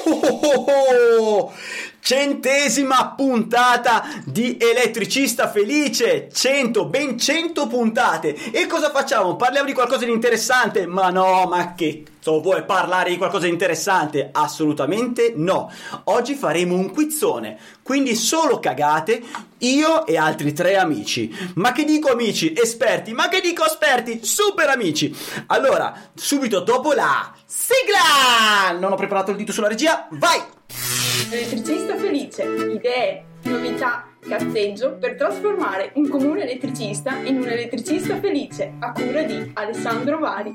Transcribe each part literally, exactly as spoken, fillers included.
oh, oh, oh. Centesima puntata di Elettricista Felice, cento, ben cento puntate. E cosa facciamo? Parliamo di qualcosa di interessante? Ma no, ma che so, vuoi parlare di qualcosa di interessante? Assolutamente no. Oggi faremo un quizzone, quindi solo cagate, io e altri tre amici. Ma che dico amici? Esperti, ma che dico esperti? Super amici. Allora, subito dopo la sigla! Non ho preparato il dito sulla regia, vai! Elettricista Felice, idee, novità, cazzeggio per trasformare un comune elettricista in un elettricista felice, a cura di Alessandro Vari.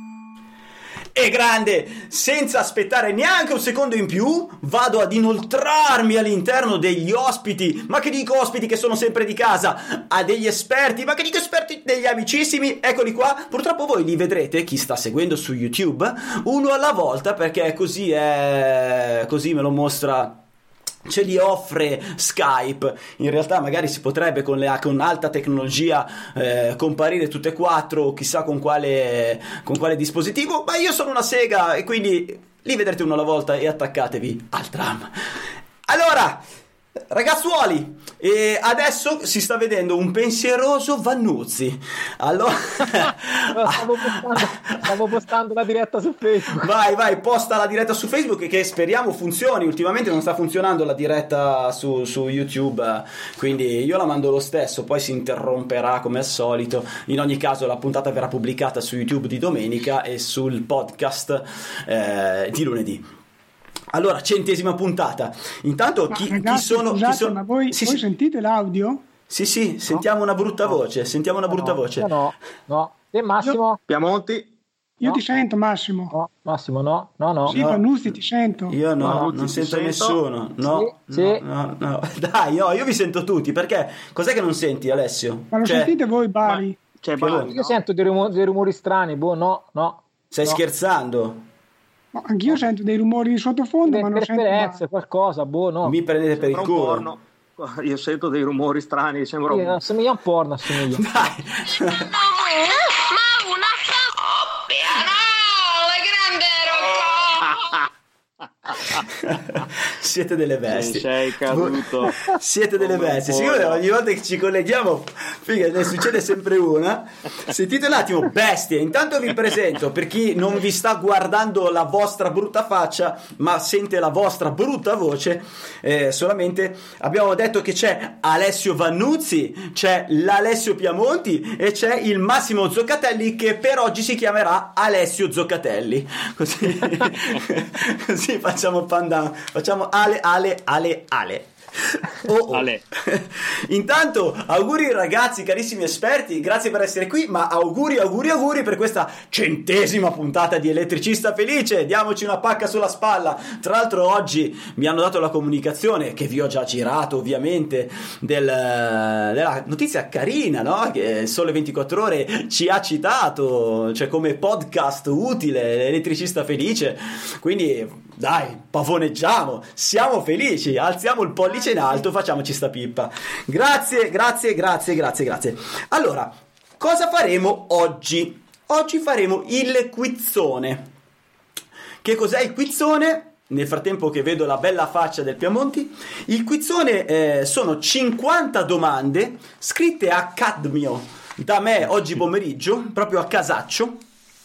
E grande, senza aspettare neanche un secondo in più, vado ad inoltrarmi all'interno degli ospiti, ma che dico ospiti che sono sempre di casa, a degli esperti, ma che dico esperti, degli amicissimi, eccoli qua. Purtroppo voi li vedrete, chi sta seguendo su YouTube, uno alla volta, perché così è, così me lo mostra, ce li offre Skype. In realtà magari si potrebbe con, le, con alta tecnologia eh, comparire tutte e quattro, chissà con quale, con quale dispositivo, ma io sono una sega e quindi li vedrete uno alla volta e attaccatevi al tram. Allora, ragazzuoli, e adesso si sta vedendo un pensieroso Vannuzzi. Allora stavo, postando, stavo postando la diretta su Facebook. Vai, vai, posta la diretta su Facebook che speriamo funzioni. Ultimamente non sta funzionando la diretta su, su YouTube, quindi io la mando lo stesso, poi si interromperà come al solito. In ogni caso la puntata verrà pubblicata su YouTube di domenica e sul podcast eh, di lunedì. Allora, centesima puntata. Intanto chi, ragazzi, chi sono scusate, chi sono ma voi, sì, voi sì. sentite l'audio? Sì, sì, sentiamo no. una brutta no. voce, sentiamo una no, brutta no, voce. No, no. E Massimo? Piamonti? Io No. ti sento, Massimo. No, Massimo, no, no, no. Sì, No. Vannuzzi, ti sento. Io no, No, non ti sento sento. nessuno. No, Sì, sì. no, no, no. Dai, no, io vi sento tutti, perché cos'è che non senti, Alessio? Ma lo Cioè, sentite voi, Bari? C'è Piamonti. Bari, Io no? sento dei rumori, dei rumori strani, boh, no, no. stai no. scherzando? No, anch'io sento dei rumori di sottofondo, ma non sento Interferenze, Bari. qualcosa, boh, no. Mi prendete per il Sembra un culo. porno. Io sento dei rumori strani, sembra Sì, un... assomiglia a un porno, assomiglia. Dai. Ma una coppia, no, la grande rocco. Siete delle bestie. Sei caduto. Siete delle Come bestie. un Sicuro pollo. ogni volta che ci colleghiamo, figa, ne succede sempre una. Sentite un attimo, bestie. Intanto vi presento, per chi non vi sta guardando la vostra brutta faccia, ma sente la vostra brutta voce, eh, solamente abbiamo detto che c'è Alessio Vannuzzi, c'è l'Alessio Piamonti e c'è il Massimo Zoccatelli, che per oggi si chiamerà Alessio Zoccatelli. Così, così facciamo pandan, facciamo ale ale ale ale. Oh, oh. Ale. Intanto auguri ragazzi, carissimi esperti, grazie per essere qui, ma auguri auguri auguri per questa centesima puntata di Elettricista Felice. Diamoci una pacca sulla spalla. Tra l'altro oggi mi hanno dato la comunicazione, che vi ho già girato ovviamente, del, della notizia carina, no? Che il Sole ventiquattro Ore ci ha citato, cioè come podcast utile Elettricista Felice. Quindi dai, pavoneggiamo, siamo felici, alziamo il pollice in alto, facciamoci sta pippa. Grazie, grazie, grazie, grazie, grazie. Allora, cosa faremo oggi? Oggi faremo il quizzone. Che cos'è il quizzone? Nel frattempo che vedo la bella faccia del Piamonti, il quizzone eh, sono cinquanta domande scritte a cadmio da me oggi pomeriggio, proprio a casaccio.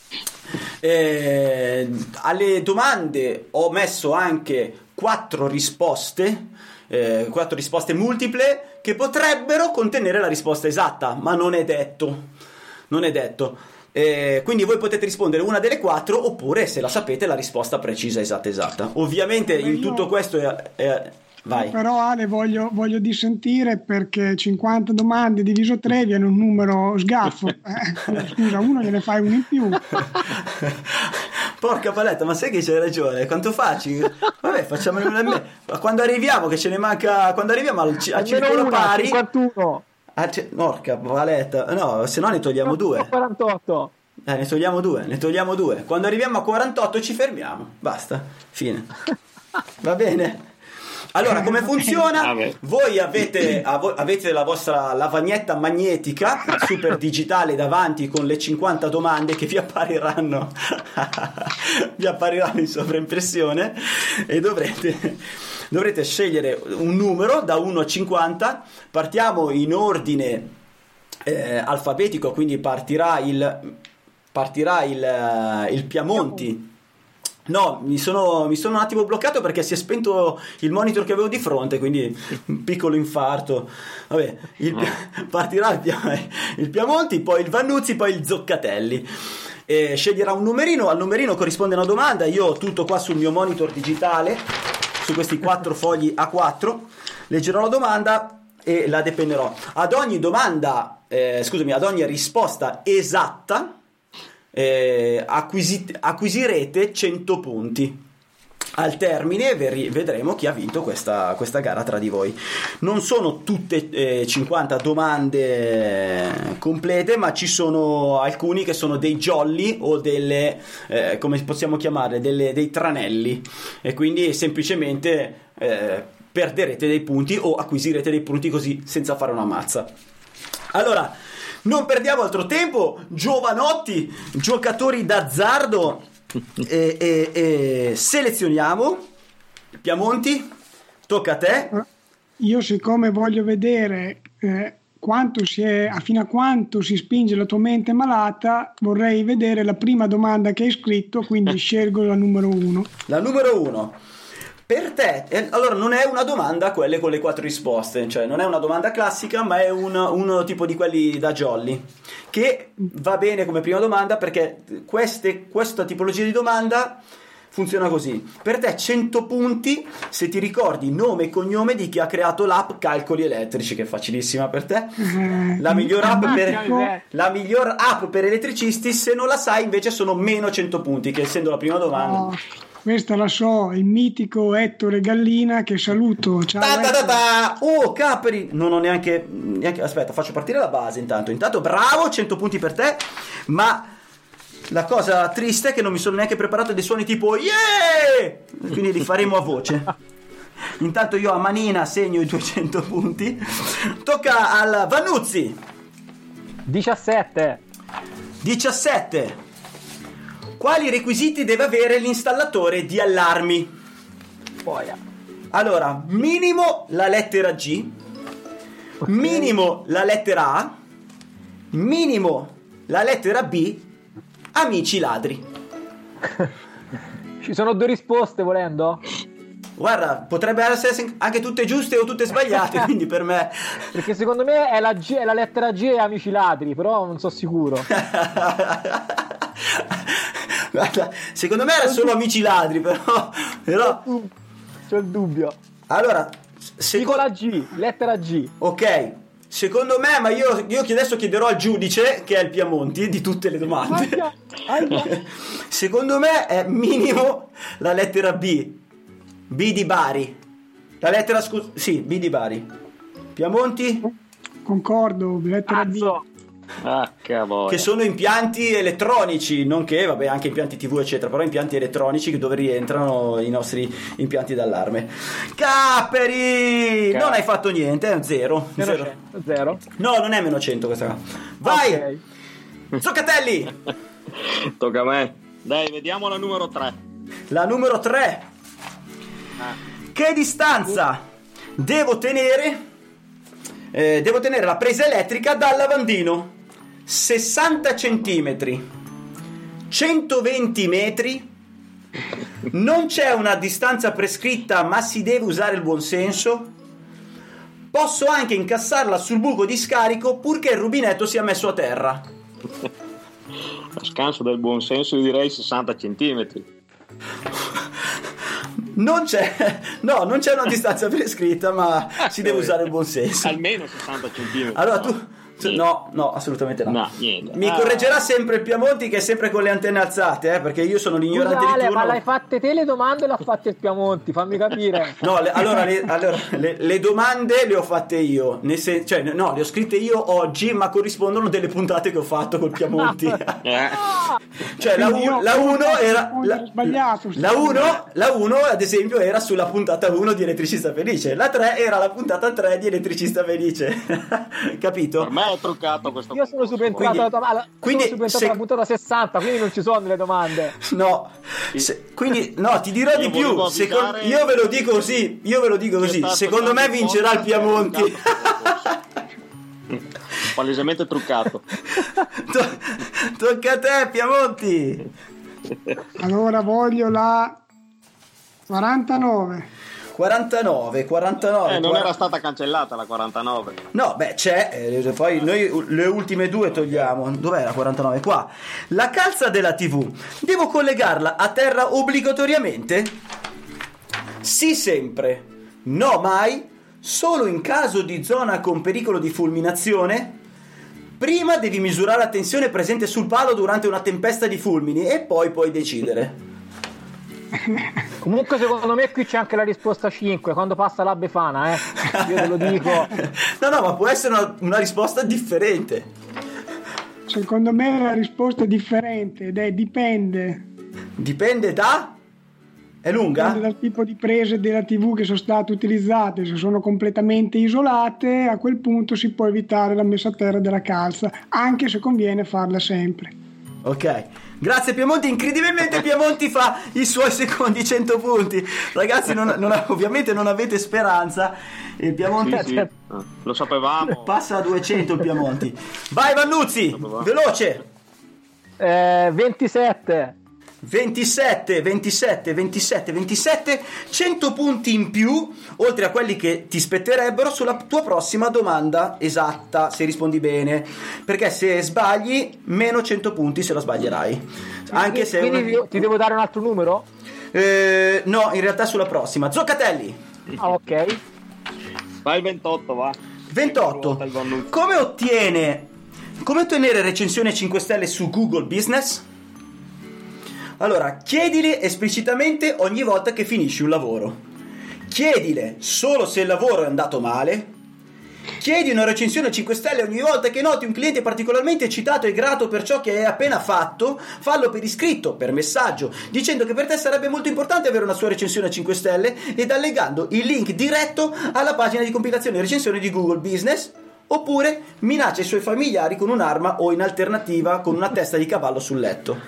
Eh, alle domande ho messo anche quattro risposte, eh, quattro risposte multiple che potrebbero contenere la risposta esatta, ma non è detto, non è detto. Eh, quindi voi potete rispondere una delle quattro, oppure, se la sapete, la risposta precisa, esatta, esatta. Ovviamente in tutto questo è, è... Vai. Però Ale voglio, voglio dissentire, perché cinquanta domande diviso tre viene un numero sgaffo. Eh, scusa, uno gliene fai uno in più. Porca paletta, ma sai che c'hai ragione? Quanto facci? Vabbè, facciamolo a me. Quando arriviamo, che ce ne manca, quando arriviamo al, al circolo una, pari, cinquantuno. Ah, c- porca paletta, no, se no ne togliamo due. quarantotto. Eh, ne togliamo due, ne togliamo due. Quando arriviamo a quarantotto ci fermiamo, basta, fine. Va bene? Allora, come funziona? Vabbè. Voi avete, avo- avete la vostra lavagnetta magnetica super digitale davanti con le cinquanta domande che vi appariranno vi appariranno in sovraimpressione e dovrete dovrete scegliere un numero da uno a cinquanta. Partiamo in ordine eh, alfabetico, quindi partirà il partirà il, il Piamonti. No, mi sono, mi sono un attimo bloccato perché si è spento il monitor che avevo di fronte, quindi un piccolo infarto. Vabbè, il, partirà il, Pia- il Piamonti, poi il Vannuzzi, poi il Zoccatelli. E sceglierà un numerino, al numerino corrisponde una domanda. Io ho tutto qua sul mio monitor digitale, su questi quattro fogli A quattro. Leggerò la domanda e la depennerò. Ad ogni domanda, eh, scusami, ad ogni risposta esatta, Eh, acquisi- acquisirete cento punti. Al termine veri- vedremo chi ha vinto questa, questa gara tra di voi. Non sono tutte eh, cinquanta domande complete, ma ci sono alcuni che sono dei jolly o delle eh, come possiamo chiamare, delle, dei tranelli, e quindi semplicemente eh, perderete dei punti o acquisirete dei punti così senza fare una mazza. Allora, non perdiamo altro tempo, giovanotti, giocatori d'azzardo, e, e, e selezioniamo. Piamonti, tocca a te. Io, siccome voglio vedere eh, quanto si è, fino a quanto si spinge la tua mente malata, vorrei vedere la prima domanda che hai scritto, quindi scelgo la numero uno. La numero uno. Per te, eh, allora non è una domanda quelle con le quattro risposte, cioè non è una domanda classica, ma è un, un tipo di quelli da jolly, che va bene come prima domanda perché queste, questa tipologia di domanda funziona così. Per te cento punti se ti ricordi nome e cognome di chi ha creato l'app Calcoli Elettrici, che è facilissima per te. La miglior app per, la miglior app per elettricisti. Se non la sai invece sono meno cento punti, che essendo la prima domanda. Oh, questa la so, il mitico Ettore Gallina, che saluto. Ciao. Ta ta ta ta. Oh, Capri, non ho neanche, neanche aspetta, faccio partire la base intanto. Intanto bravo, cento punti per te, ma la cosa triste è che non mi sono neanche preparato dei suoni tipo yeah! Quindi li faremo a voce. Intanto io a manina segno i duecento punti. Tocca al Vannuzzi. diciassette. diciassette. Quali requisiti deve avere l'installatore di allarmi? Poi, Allora, minimo la lettera G, okay. Minimo la lettera A, minimo la lettera B, amici ladri. Ci sono due risposte volendo? Guarda, potrebbe essere anche tutte giuste o tutte sbagliate, quindi per me... Perché secondo me è la, G, è la lettera G e amici ladri, però non so sicuro. Guarda, secondo me era solo amici ladri, però... però... C'ho il dubbio. Allora, seco- Dico la G, lettera G. Ok, secondo me, ma io, io adesso chiederò al giudice, che è il Piamonti, di tutte le domande. Aia, aia. Secondo me è minimo la lettera B. B di Bari. La lettera, scusa, sì, B di Bari. Piamonti? Concordo, lettera B. Cazzo. Ah, cavolo. Che sono impianti elettronici, nonché, vabbè, anche impianti tivù, eccetera, però impianti elettronici che dove rientrano i nostri impianti d'allarme. Caperi! Cap- non hai fatto niente, è zero. Meno zero. cento, zero. No, non è meno cento questa qua. Vai! Ok. Zoccatelli! Tocca a me. Dai, vediamo la numero tre. La numero tre. Che distanza devo tenere? Eh, devo tenere la presa elettrica dal lavandino? sessanta centimetri, centoventi metri, non c'è una distanza prescritta ma si deve usare il buonsenso, posso anche incassarla sul buco di scarico purché il rubinetto sia messo a terra. A scanso del buon senso io direi sessanta centimetri. Non c'è, no, non c'è una distanza prescritta, ma si deve usare il buon senso. Almeno sessanta centimetri. Allora tu, No, no, assolutamente no. No, niente. Mi Ah. correggerà sempre il Piamonti, che è sempre con le antenne alzate, eh, perché io sono l'ignorante Scusa, di Ale, turno. ma l'hai fatte te le domande o l'ha fatte il Piamonti? Fammi capire. No, le- allora, le, allora le, le domande le ho fatte io, nel sen- cioè no, le ho scritte io oggi, ma corrispondono delle puntate che ho fatto col Piamonti. Eh. Cioè la Quindi io- 1 era la, sbagliato. la uno la uno ad esempio era sulla puntata uno di Elettricista Felice, la tre era la puntata tre di Elettricista Felice. Capito? Per me è truccato questo. Io sono subentrato, Quindi- alla, alla, quindi sono subentrato se- alla puntata sessanta, quindi non ci sono delle domande. No, se- quindi no, ti dirò Io di più. volevo Secon- avvisare- io ve lo dico così, io ve lo dico così. C'è stato Secondo me tanto vincerà il podcast, Piamonti. è truccato. Palesemente truccato. To- tocca a te, Piamonti. Allora voglio la quarantanove. quarantanove, quarantanove. Eh, non quar- era stata cancellata la quarantanove. No, beh, c'è, eh, poi noi le ultime due togliamo. Dov'è la quarantanove? Qua. La calza della tivù, devo collegarla a terra obbligatoriamente? Sì, sempre. No, mai. Solo in caso di zona con pericolo di fulminazione? Prima devi misurare la tensione presente sul palo durante una tempesta di fulmini e poi puoi decidere. Comunque secondo me qui c'è anche la risposta cinque, quando passa la Befana, eh. Io te lo dico. No, no, ma può essere una, una risposta differente. Secondo me la risposta è differente ed è dipende. Dipende da... È lunga? Dipende dal tipo di prese della tivù che sono state utilizzate. Se sono completamente isolate, a quel punto si può evitare la messa a terra della calza, anche se conviene farla sempre. Ok, grazie Piemonti. Incredibilmente Piemonti fa i suoi secondi cento punti. Ragazzi, non, non- ovviamente non avete speranza. Il Piemonti Sì, sì. Ah, lo sapevamo. passa a duecento il Piemonti. Vai Vannuzzi, veloce. Eh, ventisette. ventisette, ventisette, ventisette, ventisette, cento punti in più, oltre a quelli che ti spetterebbero sulla tua prossima domanda esatta, se rispondi bene, perché se sbagli meno cento punti se la sbaglierai. Anche se Quindi una- io- ti devo dare un altro numero? Eh, no, in realtà sulla prossima. Zoccatelli, Ah, ok. Vai il ventotto, va. ventotto. Ruota il Vannuzzi. Come ottiene come ottenere recensione cinque stelle su Google Business? Allora, chiedile esplicitamente ogni volta che finisci un lavoro. Chiedile solo se il lavoro è andato male. Chiedi una recensione cinque stelle ogni volta che noti un cliente particolarmente eccitato e grato per ciò che hai appena fatto. Fallo per iscritto, per messaggio, dicendo che per te sarebbe molto importante avere una sua recensione a cinque stelle ed allegando il link diretto alla pagina di compilazione e recensione di Google Business. Oppure minaccia i suoi familiari con un'arma o in alternativa con una testa di cavallo sul letto.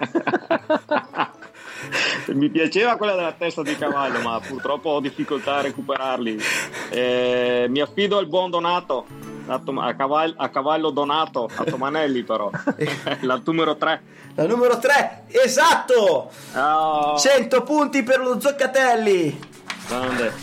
Mi piaceva quella della testa di cavallo, ma purtroppo ho difficoltà a recuperarli. Eh, mi affido al buon Donato, a, Tom- a cavallo, a cavallo Donato, a Tomanelli però. La numero tre. La numero tre, esatto! Oh, cento punti per lo Zoccatelli. grande.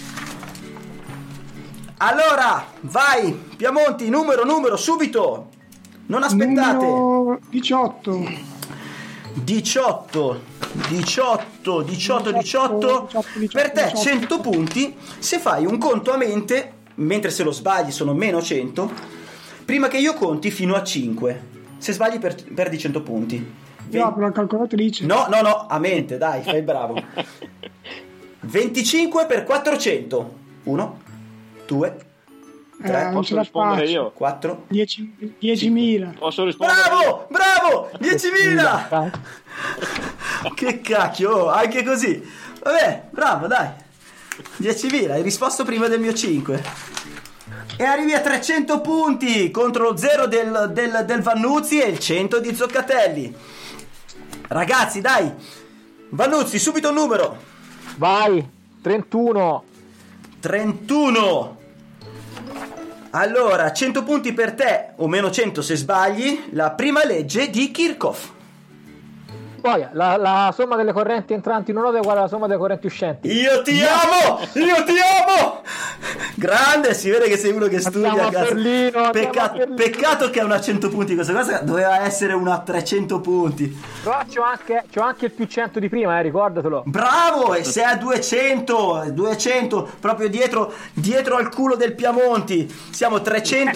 Allora, vai, Piamonti, numero, numero, subito. Non aspettate. Numero diciotto. diciotto, diciotto, diciotto, diciotto. Per te cento punti se fai un conto a mente, mentre se lo sbagli sono meno cento, prima che io conti fino a cinque. Se sbagli per- perdi cento punti. Io apro la calcolatrice. No, no, no, a mente, dai, fai il bravo. venticinque per quattrocento. uno, due, Eh, tre, non ce Posso la rispondere faccio. io? quattro. dieci- diecimila. Posso rispondere? io? Bravo, bravo, diecimila. Dai. Che cacchio, oh, anche così. Vabbè, bravo, dai. diecimila, hai risposto prima del mio cinque. E arrivi a trecento punti contro lo zero del, del, del Vannuzzi e il cento di Zoccatelli. Ragazzi, dai. Vannuzzi, subito un numero. Vai, trentuno. trentuno. Allora, cento punti per te, o meno cento se sbagli, la prima legge di Kirchhoff. Poi la, la somma delle correnti entranti in un'ora è uguale alla somma delle correnti uscenti. Io ti amo! Io ti amo! Grande, si vede che sei uno che studia. Andiamo a Cazzo. Berlino, andiamo Peccato, a Berlino. peccato che ha una cento punti. Questa cosa doveva essere una trecento punti. Però c'ho anche, c'ho anche il più cento di prima, eh, ricordatelo. Bravo! E sei a duecento, duecento, proprio dietro, dietro al culo del Piamonti. Siamo trecento,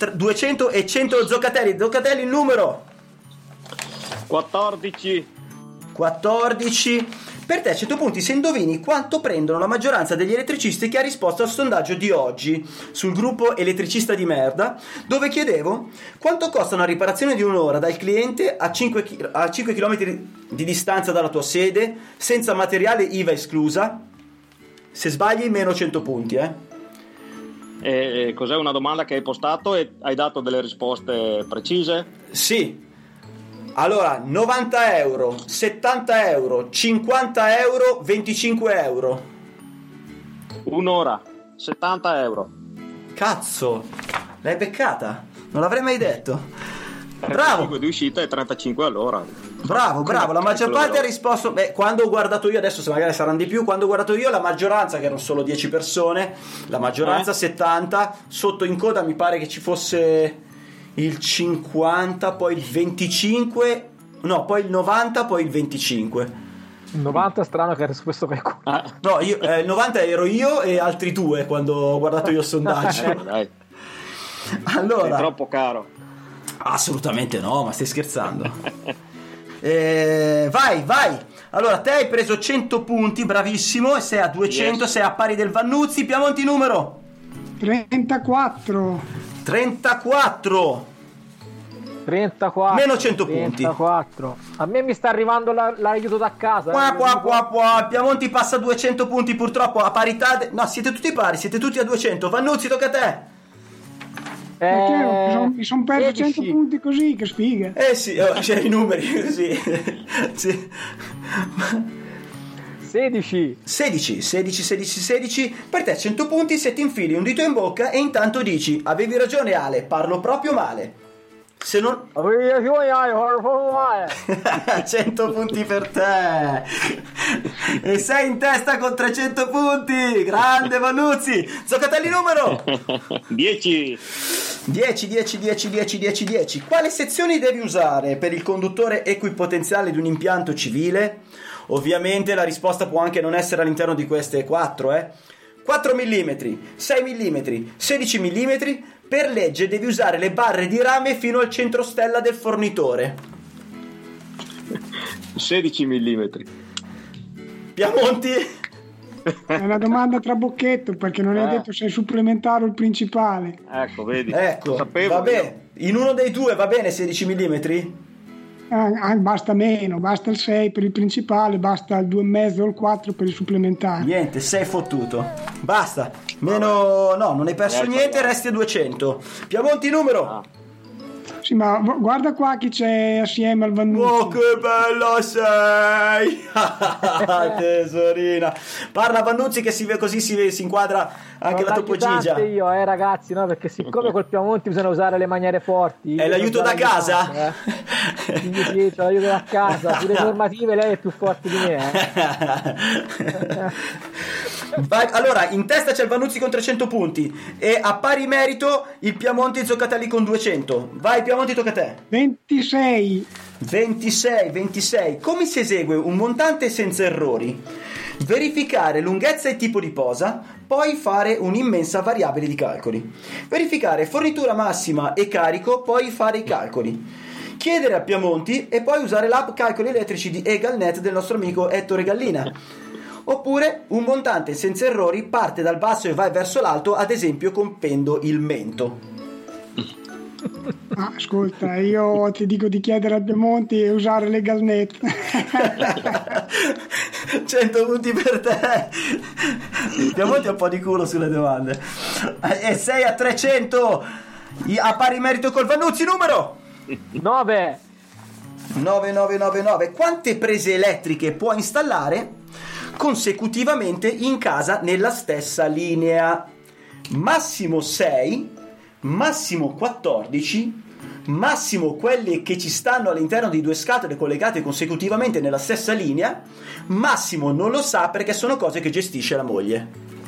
duecento e cento Zoccatelli. Zoccatelli il numero quattordici. quattordici. Per te cento punti se indovini quanto prendono la maggioranza degli elettricisti che ha risposto al sondaggio di oggi sul gruppo Elettricista di merda, dove chiedevo quanto costa una riparazione di un'ora dal cliente a cinque, a cinque chilometri di distanza dalla tua sede, senza materiale I V A esclusa. Se sbagli meno cento punti, eh. E cos'è una domanda che hai postato e hai dato delle risposte precise? Sì. Allora, novanta euro, settanta euro, cinquanta euro, venticinque euro. Un'ora, settanta euro. Cazzo, l'hai beccata? Non l'avrei mai detto. Bravo. trentacinque di uscita e trentacinque all'ora. Bravo, bravo. La maggior Eccolo parte ha bravo. risposto. Beh, quando ho guardato io, adesso se magari saranno di più, quando ho guardato io la maggioranza, che erano solo dieci persone, la maggioranza Eh? settanta, sotto in coda mi pare che ci fosse il cinquanta, poi il venticinque, no, poi il novanta, poi il venticinque. novanta strano che era su questo calcolo. Ah, No, io, eh, il novanta ero io e altri due quando ho guardato io il sondaggio. dai, Allora, è troppo caro. assolutamente no, ma stai scherzando. Eh, vai, vai. Allora, te hai preso cento punti, bravissimo, e sei a duecento, Yes. sei a pari del Vannuzzi. Piemonti numero trentaquattro. trentaquattro. trentaquattro. Meno cento punti. trentaquattro. A me mi sta arrivando la- l'aiuto da casa. Qua, eh, qua, dico- qua, qua. Piemonti passa a duecento punti purtroppo a parità. de- No, siete tutti pari, siete tutti a duecento. Vannuzzi, tocca a te. Perché Eh, mi son- mi sono perso sedici. cento punti così, che sfiga. Eh sì, oh, c'è i numeri così. Sì. sedici. sedici, sedici, sedici, sedici. Per te cento punti se ti infili un dito in bocca e intanto dici: avevi ragione Ale, parlo proprio male. Se non... Avevi ragione, hai fatto male. cento punti per te. E sei in testa con trecento punti. Grande Vannuzzi. Zoccatelli numero dieci. dieci, dieci, dieci, dieci, dieci, dieci. Quale sezioni devi usare per il conduttore equipotenziale di un impianto civile? Ovviamente la risposta può anche non essere all'interno di queste quattro, eh. quattro millimetri, sei millimetri, sedici millimetri. Per legge devi usare le barre di rame fino al centro stella del fornitore. sedici millimetri. Piemonti? È una domanda tra bocchetto, perché non è Eh. detto se è supplementare o il principale. Ecco, vedi. Ecco, Lo sapevo vabbè, in uno dei due va bene sedici millimetri? Ah, ah, basta meno, basta il sei per il principale, basta il due virgola cinque o il quattro per il supplementare. Niente, sei fottuto. Basta. Meno... No, non hai perso Ecco, niente, guarda. resti a duecento. Piemonti numero? Ah. Sì, ma gu- guarda qua chi c'è assieme al Vannuzzi. Oh, che bella sei! Tesorina. Parla Vannuzzi che si ve- così si, si inquadra anche Sono la Topo l'aiutante Gigia. io, eh ragazzi, no? Perché siccome col Piemonte bisogna usare le maniere forti. È l'aiuto da bisogna usare casa? l'aiutante, eh. Quindi sì, c'ho l'aiuto da casa. Sulle normative lei è più forte di me, eh. Vai, allora, in testa c'è il Vannuzzi con trecento punti e a pari merito il Piemonte Zoccatelli con duecento. Vai Piemonte, tocca a te. ventisei. ventisei, ventisei. Come si esegue un montante senza errori? Verificare lunghezza e tipo di posa, poi fare un'immensa variabile di calcoli. Verificare fornitura massima e carico, poi fare i calcoli. Chiedere a Piemonti e poi usare l'app calcoli elettrici di Egalnet del nostro amico Ettore Gallina. Oppure un montante senza errori parte dal basso e va verso l'alto, ad esempio compendo il mento. Ah, ascolta, io ti dico di chiedere a Piemonti e usare Legalnet. cento punti per te. Piemonte ha un po' di culo sulle domande. E sei a trecento a pari merito col Vannuzzi numero nove. nove nove nove nove. Quante prese elettriche può installare consecutivamente in casa nella stessa linea? Massimo sei, massimo quattordici, massimo quelle che ci stanno all'interno di due scatole collegate consecutivamente nella stessa linea, massimo non lo sa perché sono cose che gestisce la moglie.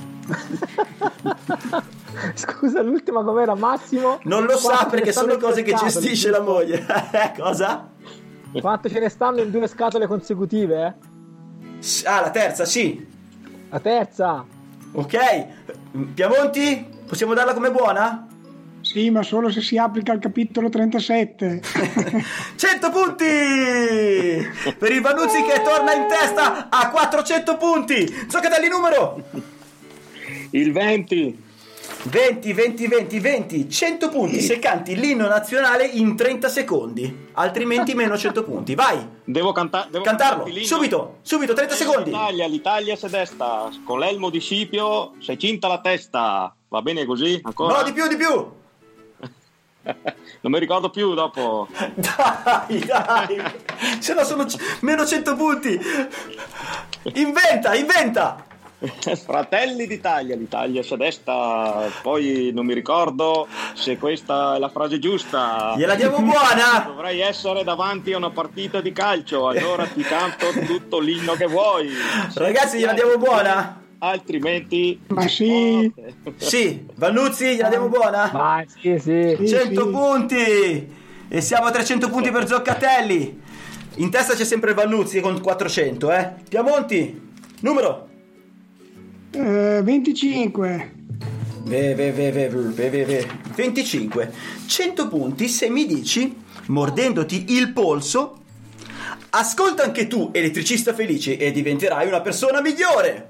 Scusa, l'ultima com'era? Massimo? Non lo sa Quanto ce perché ne stanno sono in due cose che scatole, gestisce la giusto? moglie. Cosa? Quanto ce ne stanno in due scatole consecutive? Eh? Ah, la terza, sì. La terza. Ok. Piemonti? Possiamo darla come buona? Sì, Sì, ma solo se si applica il capitolo trentasette. cento punti per il Vanuzzi che torna in testa a quattrocento punti. Zoccatelli, numero Il venti. venti, venti, venti, venti, cento punti se canti l'inno nazionale in trenta secondi, altrimenti meno cento punti. Vai, Devo, canta- devo cantarlo cantarti l'inno? subito, subito, trenta secondi. L'Italia, l'Italia si destra, con l'elmo di Scipio, sei cinta la testa. Va bene così? Ancora? No, di più, di più. Non mi ricordo più dopo. Dai, dai, se no sono c- meno cento punti. Inventa, inventa. Fratelli d'Italia, l'Italia si destra. Poi non mi ricordo se questa è la frase giusta. Gliela diamo buona. Dovrei essere davanti a una partita di calcio, allora ti canto tutto l'inno che vuoi. Ragazzi, gliela diamo buona? Altrimenti Ma sì. Sì, Vannuzzi, gliela diamo buona? Vai, sì, sì. Sì, cento sì. punti e siamo a trecento punti per Zoccatelli. In testa c'è sempre Vannuzzi con quattrocento, eh. Piamonti, numero Eh, venticinque. ve, ve, ve, ve, ve, ve, ve. venticinque. cento punti se mi dici, mordendoti il polso, ascolta anche tu, elettricista felice, e diventerai una persona migliore.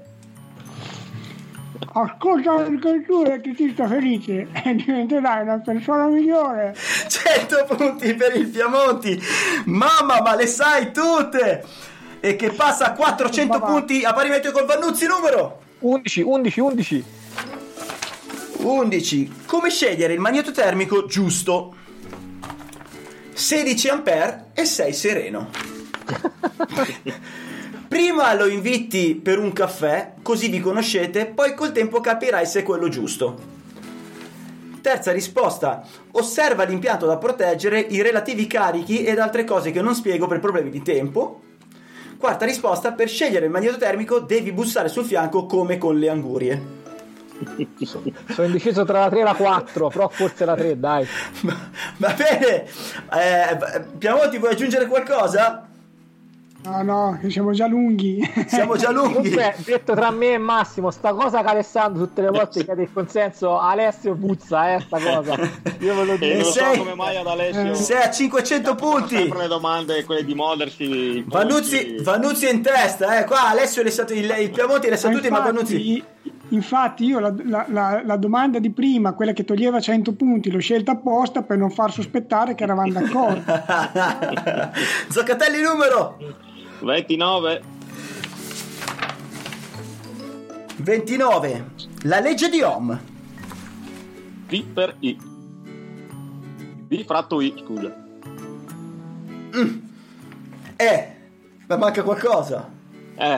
Ascolta anche tu, elettricista felice, e diventerai una persona migliore. cento punti per il Piamonti. Mamma, ma le sai tutte. E che passa a quattrocento Ma va. punti a pari metro col Vannuzzi, numero undici, undici, undici. undici. Come scegliere il magnetotermico giusto? sedici ampere e sei sereno. Prima lo inviti per un caffè, così vi conoscete, poi col tempo capirai se è quello giusto. Terza risposta: osserva l'impianto da proteggere, i relativi carichi ed altre cose che non spiego per problemi di tempo. Quarta risposta: per scegliere il magnetotermico devi bussare sul fianco come con le angurie. Sono indeciso tra la tre e la quattro, però forse la tre, dai. Va va bene. eh, Piamonti, vuoi aggiungere qualcosa? No, no, che siamo già lunghi. Siamo già lunghi. Comunque, detto tra me e Massimo, sta cosa che Alessandro tutte le volte chiede il consenso, Alessio puzza, eh, sta cosa. Io ve lo E dico. non so sei- come mai ad Alessio Sei a cinquecento punti. sempre le domande quelle di modersi i Vannuzzi, punti. Vannuzzi è in testa, eh. Qua Alessio le sa- il, il Piamonti le sa tutti, ma Vannuzzi. Infatti, infatti io la, la- la- la domanda di prima, quella che toglieva cento punti, l'ho scelta apposta per non far sospettare che eravamo d'accordo. Zoccatelli, numero ventinove. ventinove. La legge di Ohm. V per I. V fratto I, scusa. Eh, ma manca qualcosa. Eh,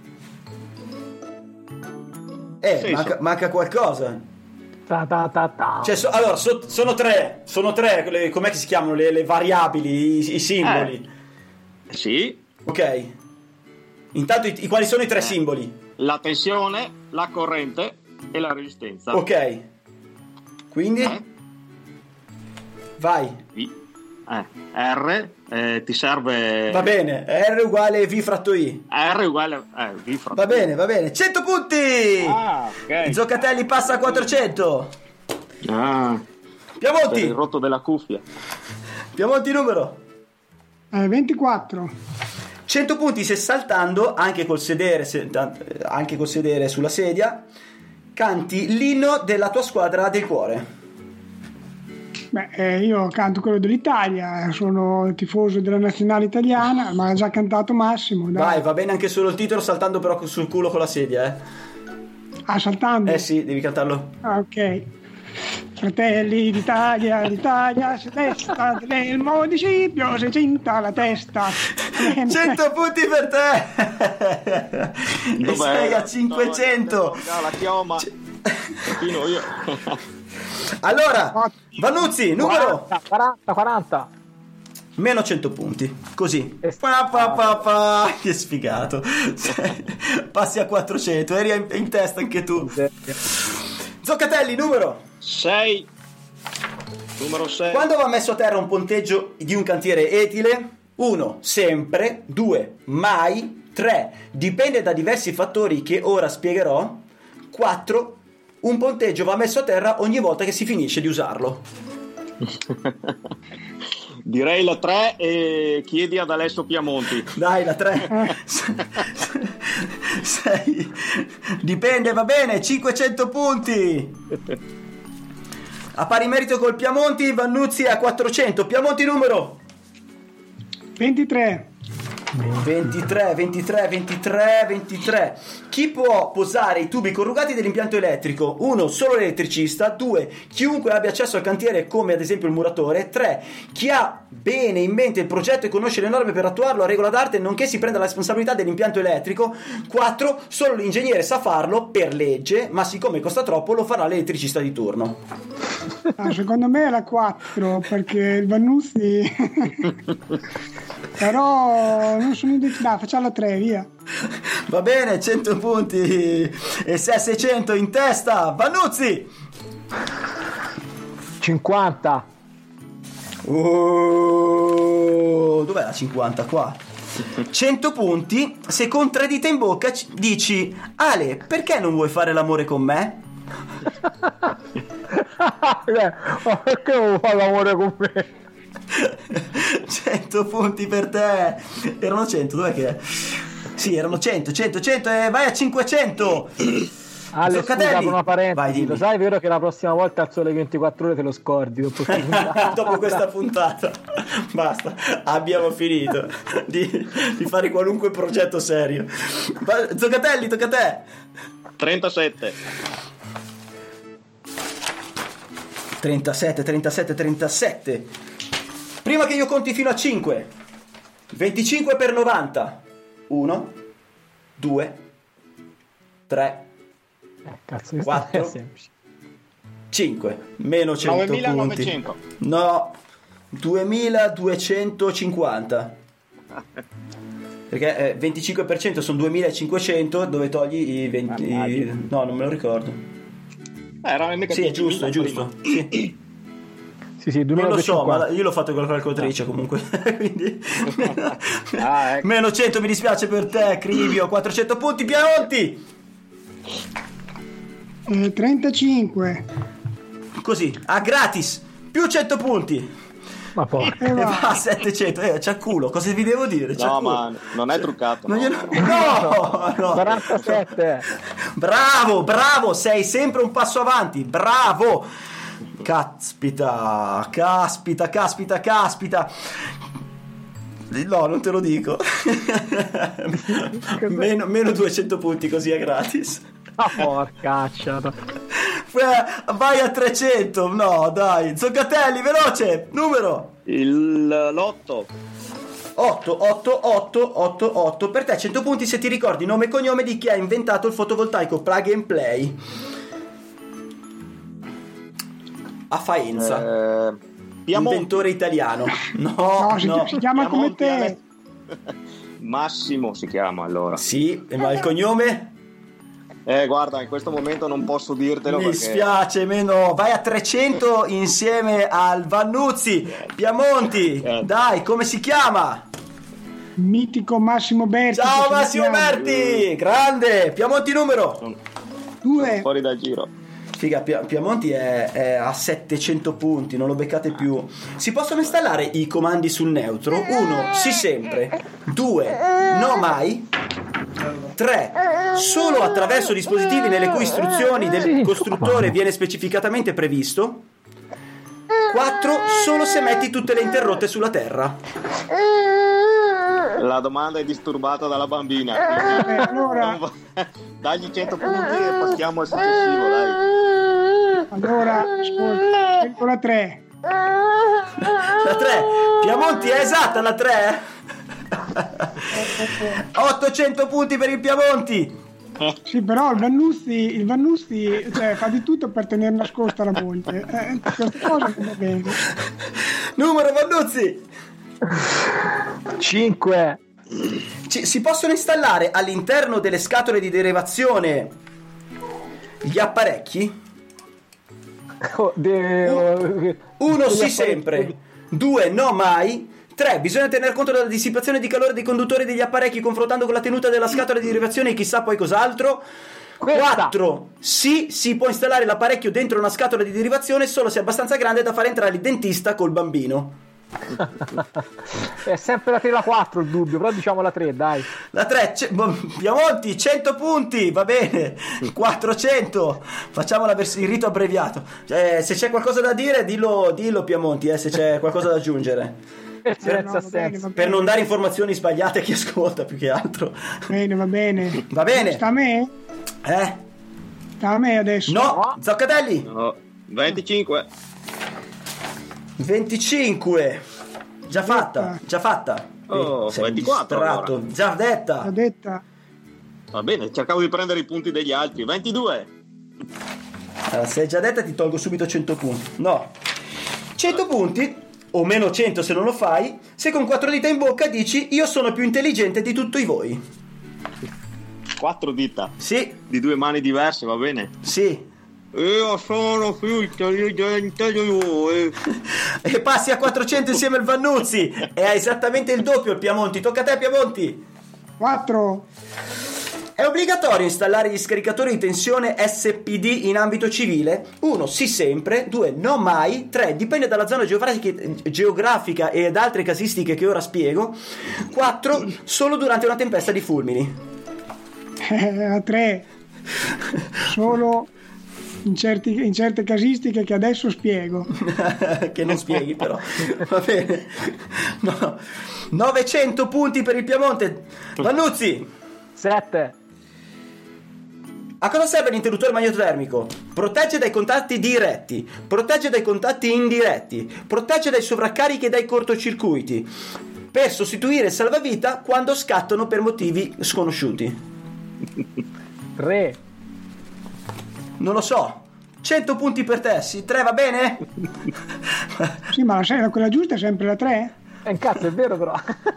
Eh, Sì, manca, so- manca qualcosa. Ta ta ta ta. Cioè, so- allora, so- sono tre, sono tre, le- com'è che si chiamano le, le variabili, i, i simboli. sì. Ok. Intanto, i, i- quali sono i tre simboli? La tensione, la corrente e la resistenza. Ok. Quindi, Eh, vai. V. Eh, R eh, ti serve. Va bene, R uguale V fratto I. R uguale eh, V fratto Va bene, va bene. cento punti! Ah, ok. Zoccatelli passa a quattrocento. Ah, per Piamonti, il rotto della cuffia. Piamonti numero. Eh, ventiquattro. cento punti se saltando, anche col sedere, se- anche col sedere sulla sedia, canti l'inno della tua squadra del cuore. Beh, eh, io canto quello dell'Italia, sono tifoso della nazionale italiana, ma ha già cantato Massimo. Dai. Vai, va bene anche solo il titolo, saltando però sul culo con la sedia, eh. Ah, saltando? Eh sì, devi cantarlo. Ah, ok. Fratelli d'Italia, l'Italia si testa nel municipio, si cinta la testa. cento punti per te! E Dov'è? sei a cinquecento. No, la chioma. Continuo io. Allora, Vannuzzi, numero quaranta, quaranta. meno cento punti. Così. E- Pa, pa, pa, pa. Che sfigato. Passi a quattrocento. Eri in, in testa anche tu. Zoccatelli, numero. sei. Numero sei. Quando va messo a terra un ponteggio di un cantiere etile? uno. Sempre. due. Mai. tre. Dipende da diversi fattori che ora spiegherò. quattro. un ponteggio va messo a terra ogni volta che si finisce di usarlo. Direi la tre e chiedi ad Alessio Piamonti. Dai, la tre. sei. Dipende, va bene, cinquecento punti. A pari merito col Piamonti, Vannuzzi è a quattrocento. Piamonti numero? ventitré. ventitré, ventitré, ventitré, ventitré. Chi può posare i tubi corrugati dell'impianto elettrico? uno Solo l'elettricista. due Chiunque abbia accesso al cantiere, come ad esempio il muratore. tre Chi ha bene in mente il progetto e conosce le norme per attuarlo a regola d'arte, nonché si prenda la responsabilità dell'impianto elettrico. quattro Solo l'ingegnere sa farlo per legge, ma siccome costa troppo lo farà l'elettricista di turno. Ah, secondo me è la quattro, perché il Vannuzzi però non sono identificato. Facciamo la tre, via. Va bene, cento punti e sei a seicento in testa. Vannuzzi cinquanta. Oh, dov'è la cinquanta qua? cento punti. Se con tre dita in bocca ci- dici: Ale, perché non vuoi fare l'amore con me? Eh, ma perché non fa l'amore con me? cento punti per te. Erano cento, dov'è che è? Sì, erano cento, cento, cento e vai a cinquecento. Ale, Zoccatelli. scusa, per una parentesi, Vai, dimmi. lo sai, è vero che la prossima volta al sole ventiquattro ore te lo scordi dopo questa puntata? Dopo questa puntata basta, abbiamo finito di, di fare qualunque progetto serio. Va- Zoccatelli, tocca a te. trentasette. trentasette, trentasette, trentasette. Prima che io conti fino a cinque. venticinque per novanta. uno, due, tre, Eh, cazzo, questa quattro. è semplice. cinque. Meno cento punti. novemilanovecento. No, duemiladuecentocinquanta. Perché eh, venticinque per cento sono duemilacinquecento, dove togli i venti... Mannaggia. No, non me lo ricordo. Eh, era mica Sì, è giusto, è giusto. prima. Sì. Sì, sì, Non lo so, ma duemiladuecentocinquanta. io l'ho fatto con la calcolatrice comunque. Quindi Ah, ecco. meno cento, mi dispiace per te, Cribio. quattrocento punti, Piamonti. Eh, trentacinque. Così, a gratis, più cento punti. Ma porca. E E va. va a settecento. Eh, c'ha culo, cosa vi devo dire? C'ha No, culo. ma non è truccato. Non no, glielo- no, no. No, no. quarantasette. Bravo, bravo, sei sempre un passo avanti. Bravo. Caspita, caspita, caspita, caspita. No, non te lo dico. meno, meno duecento punti così è gratis. Ma porcaccia. Vai a trecento. No, dai. Zoccatelli, veloce. Numero. Il l'otto. otto, otto, otto, otto, otto. Per te cento punti se ti ricordi nome e cognome di chi ha inventato il fotovoltaico Plug and Play. A Faenza. Eh, Piamonti. Inventore italiano. No, No, si, no. si chiama come Piamonti, te. Ale- Massimo si chiama allora. Sì, ma il cognome? Eh, guarda, in questo momento non posso dirtelo Mi perché spiace, meno. Vai a trecento insieme al Vannuzzi. Piamonti. Eh. Dai, come si chiama? Mitico Massimo Berti. Ciao che Massimo salutiamo. Berti. Grande. Piamonti numero. sono Due. fuori dal giro. Figa, Pia- Piamonti è, è a settecento punti, non lo beccate più. Si possono installare i comandi sul neutro? uno Sì sempre. due No mai. tre Solo attraverso dispositivi nelle cui istruzioni del Sì, costruttore comando. viene specificatamente previsto. quattro Solo se metti tutte le interrotte sulla terra. La domanda è disturbata dalla bambina. Eh, quindi allora, non va- Dagli cento punti e passiamo al successivo, dai. allora, ascolta, scelgo la tre. La tre Piamonti è esatta la tre ottocento punti per il Piamonti. Sì, però il Vannuzzi, il Vannuzzi cioè, fa di tutto per tenere nascosta la moglie. Eh, questa cosa non va bene. Numero Vannuzzi. cinque. Ci- si possono installare all'interno delle scatole di derivazione gli apparecchi? Oh, de- oh, Uno gli sì apparecchi- sempre, due no mai, tre bisogna tener conto della dissipazione di calore dei conduttori degli apparecchi confrontando con la tenuta della scatola di derivazione e chissà poi cos'altro, Questa. quattro. Sì, si può installare l'apparecchio dentro una scatola di derivazione solo se è abbastanza grande da fare entrare il dentista col bambino. È sempre la tre e la quattro il dubbio, però diciamo la tre, dai. La tre, c- Piemonti, cento punti, va bene. quattrocento. Facciamo la vers- il rito abbreviato. Eh, se c'è qualcosa da dire, dillo, dillo Piemonti, eh, se c'è qualcosa da aggiungere. Per No, va bene, va Per bene. non dare informazioni sbagliate a chi ascolta, più che altro. Bene, va bene. Va bene. Sta a me? Eh? Sta a me adesso? No, Zoccatelli. No, venticinque. venticinque. Già fatta, già fatta. Oh, Eh, sei ventiquattro distratto. allora. Già detta. L'ho detta. Va bene, cercavo di prendere i punti degli altri. ventidue. Allora, se hai già detta ti tolgo subito cento punti. No. cento punti, o meno cento se non lo fai, se con quattro dita in bocca dici io sono più intelligente di tutti voi. Quattro dita. Sì, Di due mani diverse, va bene? sì. Io sono più intelligente di voi. E passi a quattrocento insieme al Vannuzzi. E hai esattamente il doppio il Piemonti. Tocca a te Piemonti. quattro. È obbligatorio installare gli scaricatori di tensione S P D in ambito civile? uno. Sì sempre. due. No mai. tre. Dipende dalla zona geografica, geografica e da altre casistiche che ora spiego. quattro. Solo durante una tempesta di fulmini. Eh, a tre. Solo in, certi, in certe casistiche che adesso spiego. Che non spieghi però. Va bene. No. novecento punti per il Piemonte. Vannuzzi. sette. A cosa serve l'interruttore magnetotermico? Protegge dai contatti diretti, protegge dai contatti indiretti, protegge dai sovraccarichi e dai cortocircuiti, per sostituire il salvavita quando scattano per motivi sconosciuti. tre. Non lo so. cento punti per te, sì, tre va bene? Sì, ma la sei- quella giusta è sempre la tre? È un cazzo, è vero però.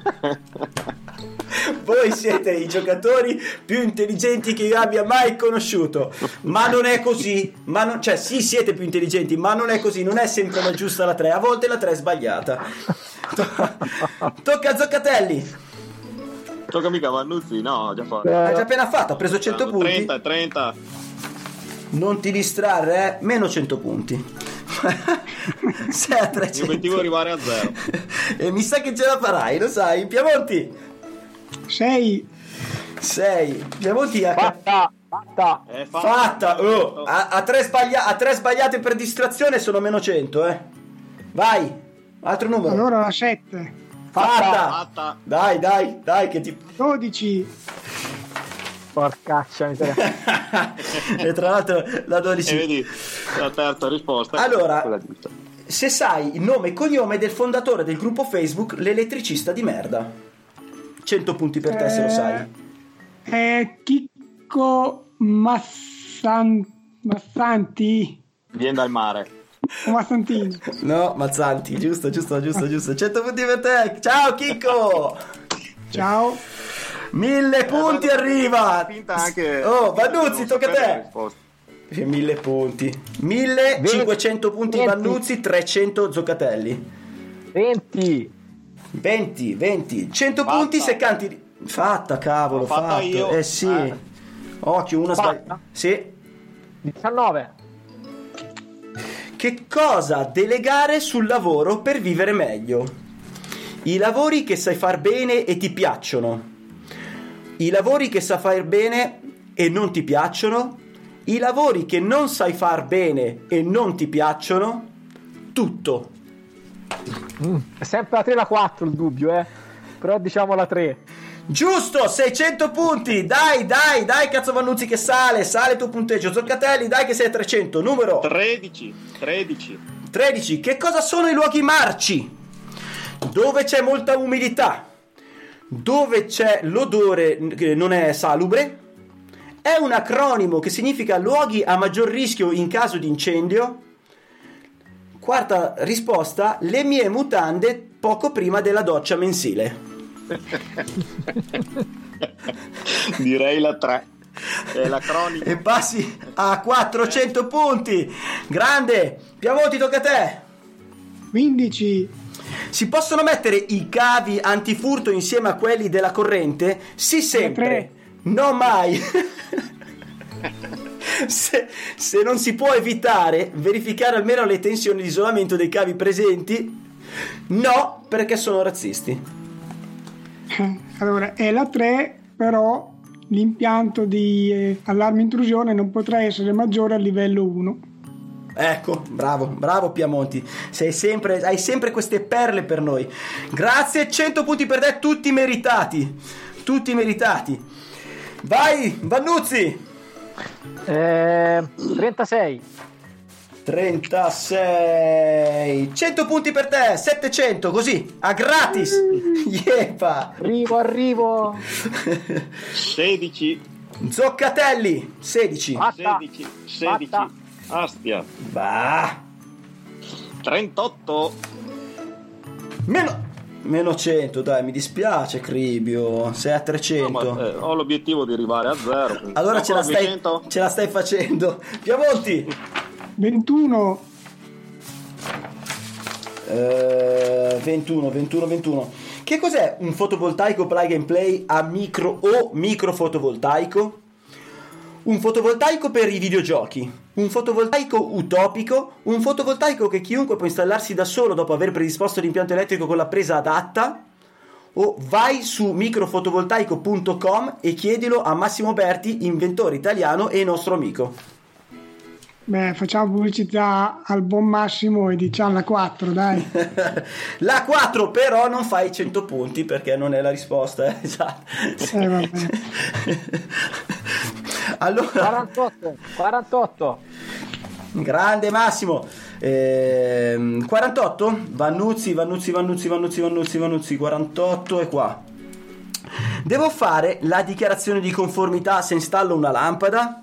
Voi siete i giocatori più intelligenti che io abbia mai conosciuto, ma non è così. Ma non, cioè, sì, siete più intelligenti, ma non è così. Non è sempre la giusta la tre, a volte la tre è sbagliata. Tocca a Zoccatelli. Tocca mica Vannuzzi? No, ho già fatto. Hai già appena fatto, ha preso cento punti. trenta, trenta. Non ti distrarre, eh? Meno cento punti. Sei a trecento. L'obiettivo è arrivare a zero. E mi sa che ce la farai, lo sai. Piemonti. sei. sei. Piemonti ha Fatta, fatta. È fatta. Oh, a, a, tre sbaglia- a tre sbagliate per distrazione sono meno cento, eh. Vai. Altro numero. Allora la sette. Fatta. Fatta. Dai, dai, dai che ti... dodici. Porcaccia miseria. E tra l'altro la E dodici. vedi la terza risposta. Allora, Quella giusta. se sai il nome e cognome del fondatore del gruppo Facebook L'Elettricista di Merda. cento punti per te se lo sai. È Chicco Massan... Massanti. Viene dal mare. O Massantini. No, Mazzanti, giusto, giusto, giusto, giusto. cento punti per te. Ciao Chicco. Ciao. Mille punti arriva. Finta anche. Oh, Vannuzzi, non tocca a sapere la te. risposta. Mille punti. millecinquecento punti venti. Vannuzzi, trecento Zoccatelli. venti. venti, venti, cento Fatta. punti se canti. Fatta, cavolo, L'ho fatta fatto. io. Eh sì. Eh. Occhio, una Fatta. sbaglia. Sì. diciannove. Che cosa delegare sul lavoro per vivere meglio? I lavori che sai far bene e ti piacciono. I lavori che sai far bene e non ti piacciono. I lavori che non sai far bene e non ti piacciono. Tutto. Mm, è sempre la tre e la quattro il dubbio, eh. Però diciamo la tre. Giusto, seicento punti. Dai, dai, dai, cazzo Vannuzzi che sale, sale il tuo punteggio. Zoccatelli, dai che sei a trecento. Numero tredici. tredici. tredici. Che cosa sono i luoghi marci? Dove c'è molta umidità, dove c'è l'odore che non è salubre. È un acronimo che significa luoghi a maggior rischio in caso di incendio. Quarta risposta, le mie mutande poco prima della doccia mensile. Direi la tre. È l'acronimo. E passi a quattrocento punti. Grande. Piemonti, tocca a te. quindici. Si possono mettere i cavi antifurto insieme a quelli della corrente? Sì, sempre. tre. No, mai. se, se non si può evitare, verificare almeno le tensioni di isolamento dei cavi presenti. No, perché sono razzisti. Allora, è la tre, però l'impianto di eh, allarme intrusione non potrà essere maggiore al livello uno. Ecco, bravo, bravo Piamonti. Sei sempre, hai sempre queste perle per noi. Grazie, cento punti per te, tutti meritati. Tutti meritati. Vai, Vannuzzi. Eh, trentasei. trentasei. cento punti per te, settecento, così, a gratis. Yepa. Arrivo, arrivo. sedici. Zoccatelli, sedici. Fatta. sedici. sedici. Fatta. Astia. Bah. trentotto. Meno, meno cento, dai, mi dispiace, Cribio. Sei a trecento. No, ma, eh, ho l'obiettivo di arrivare a zero. Allora ce la, stai, duecento. ce la stai facendo. Piamonti. ventuno. Eh, ventuno, ventuno, ventuno. Che cos'è un fotovoltaico plug and play a micro o micro fotovoltaico? Un fotovoltaico per i videogiochi, un fotovoltaico utopico, un fotovoltaico che chiunque può installarsi da solo dopo aver predisposto l'impianto elettrico con la presa adatta. O vai su microfotovoltaico punto com e chiedilo a Massimo Berti, inventore italiano e nostro amico. Beh, facciamo pubblicità al buon Massimo e diciamo la quattro, dai. La quattro però non fai cento punti perché non è la risposta, eh? Già. Eh, vabbè. Allora, quarantotto. quarantotto. grande Massimo. Ehm, quarantotto? Vannuzzi, Vannuzzi, Vannuzzi, Vannuzzi, Vannuzzi, Vannuzzi, quarantotto è qua. Devo fare la dichiarazione di conformità se installo una lampada?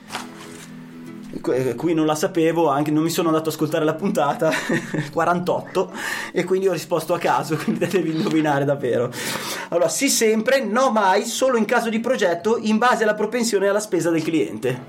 Qui non la sapevo, anche non mi sono andato ad ascoltare la puntata. quarantotto, e quindi ho risposto a caso, quindi devi indovinare davvero. Allora, sì sempre, no mai, solo in caso di progetto, in base alla propensione e alla spesa del cliente.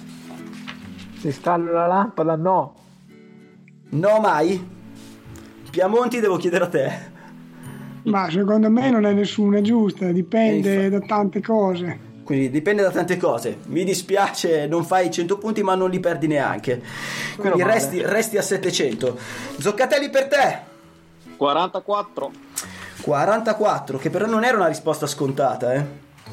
Si installo la lampada? No. No mai? Piamonti, devo chiedere a te. Ma secondo me non è nessuna giusta, dipende Eh, da tante cose. Quindi dipende da tante cose. Mi dispiace, non fai cento punti, ma non li perdi neanche. Quindi Meno male. resti, resti a settecento. Zoccatelli per te. quarantaquattro. quarantaquattro, che però non era una risposta scontata, eh.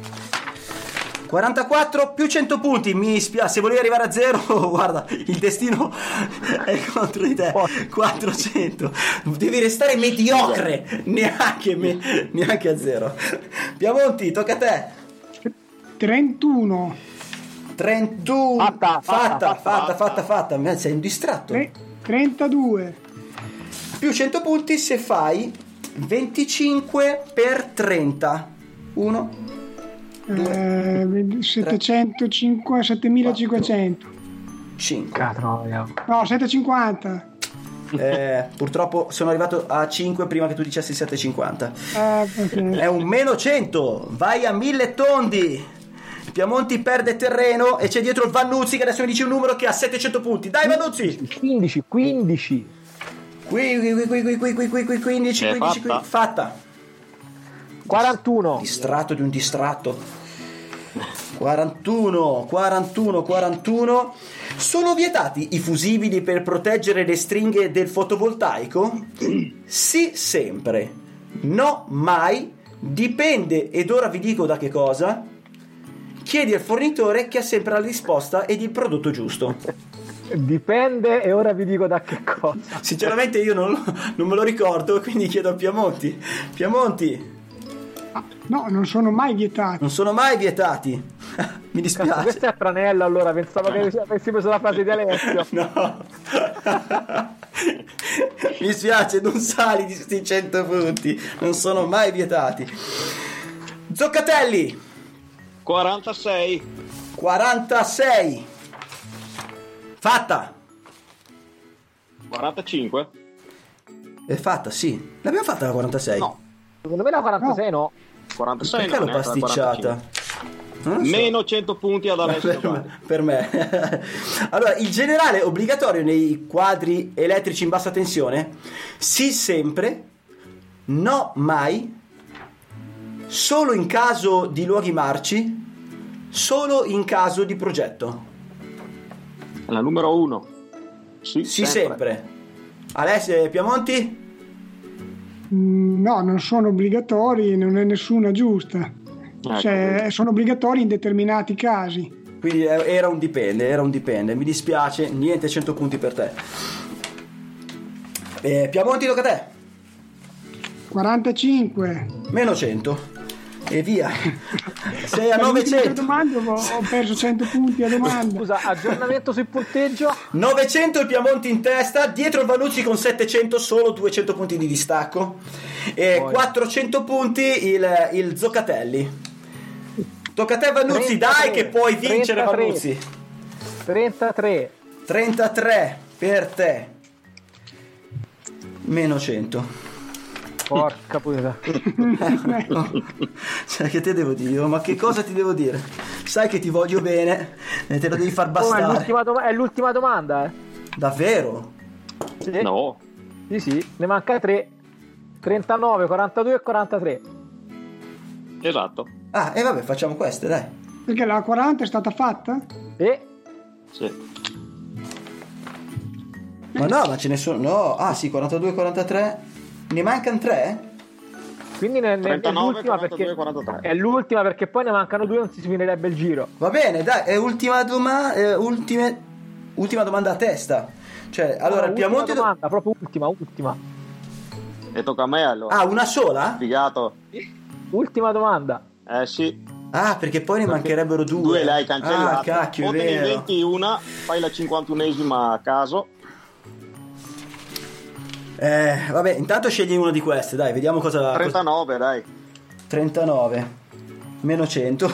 quarantaquattro più cento punti, mi spiace. Se volevi arrivare a zero, guarda, il destino è contro di te. quattrocento. Devi restare mediocre, neanche, me, neanche a zero. Piamonti, tocca a te. trentuno. trentuno. Fatta, fatta, fatta, fatta, fatta, fatta. Ma sei un distratto. Tre- trentadue. Più cento punti se fai venticinque per trenta. uno, Eh, settecentocinquanta, settemilacinquecento. cinque. Catroia. No, settecentocinquanta. Eh, purtroppo sono arrivato a cinque prima che tu dicessi settecentocinquanta. Eh, perché- È un meno cento. Vai a mille tondi. Piamonti perde terreno e c'è dietro il Vannuzzi che adesso mi dice un numero che ha settecento punti. Dai Vannuzzi. quindici, quindici. Qui, qui, qui, qui, qui, qui, qui, qui, quindici, È quindici, fatta. qui. Fatta. quarantuno. Distratto di un distratto. quarantuno, quarantuno, quarantuno. Sono vietati i fusibili per proteggere le stringhe del fotovoltaico? Sì, sempre. No, mai. Dipende, ed ora vi dico da che cosa. Chiedi al fornitore che ha sempre la risposta ed il prodotto giusto. Dipende, e ora vi dico da che cosa. Sinceramente io non, lo- non me lo ricordo, quindi chiedo a Piamonti. Piamonti, No, non sono mai vietati. non sono mai vietati. Mi Cazzo, dispiace. questo è Tranello, allora pensavo che avessi preso la frase di Alessio. No. Mi dispiace, non sali di questi cento punti. Non sono mai vietati. Zoccatelli, quarantasei. quarantasei. Fatta. quarantacinque. È fatta, sì. L'abbiamo fatta la quarantasei. No. Secondo me la quarantasei no. quarantasei. Perché no, l'ho neanche la pasticciata? quarantacinque. Non lo so. Meno cento punti ad Alessio. per me, per me. Allora, il generale è obbligatorio nei quadri elettrici in bassa tensione? Sì, sempre. No, mai. Solo in caso di luoghi marci? solo in caso di progetto? La numero uno. Sì, Sì, sempre. sempre. Alessio Piamonti? Mm, No, non sono obbligatori, non è nessuna giusta. Ecco. Cioè, sono obbligatori in determinati casi. Quindi eh, era un dipende, era un dipende. Mi dispiace, niente cento punti per te. Eh, Piamonti, tocca a te. quarantacinque. Meno cento. E via. Sei a Per le ultime tre novecento. domande ho ho perso cento punti a domanda. Scusa, aggiornamento sul punteggio? novecento il Piamonti in testa, dietro il Vanuzzi con settecento, solo duecento punti di distacco. E Poi. quattrocento punti il, il Zoccatelli. Tocca a te Vanuzzi, trentatré, dai che puoi vincere trentatré. Vanuzzi. trentatré. trentatré per te. Meno cento. Porca puttana. Cioè, che te devo dire? Ma che cosa ti devo dire? Sai che ti voglio bene e te lo devi far Oh, è, bastare. l'ultima dom- è l'ultima domanda, eh? Davvero? Sì. No. Sì, sì, ne manca tre. trentanove, quarantadue e quarantatré. Esatto. Ah, e vabbè, facciamo queste, dai. Perché la quaranta è stata fatta? E Sì. Ma no, ma ce ne sono. No, ah sì, quarantadue, quarantatré. Ne mancano tre? quindi ne, ne- è trentanove, l'ultima quarantadue, perché quarantatré. è l'ultima perché poi ne mancano due, non si finirebbe il giro. Va bene, dai, è ultima domanda. Eh, ultime... Ultima domanda a testa. Cioè, allora, No, il ultima Piemonte. do- domanda, proprio ultima, ultima. E tocca a me allora. Ah, una sola? Figato. Ultima domanda. Eh sì. Ah, perché poi ne mancherebbero due. Due l'hai cancellata. Ah, cacchio, o è te ne vero. inventi una, fai la cinquantunesima a caso. Eh, vabbè, intanto scegli una di queste, dai, vediamo cosa. trentanove, dai. trentanove. Meno cento.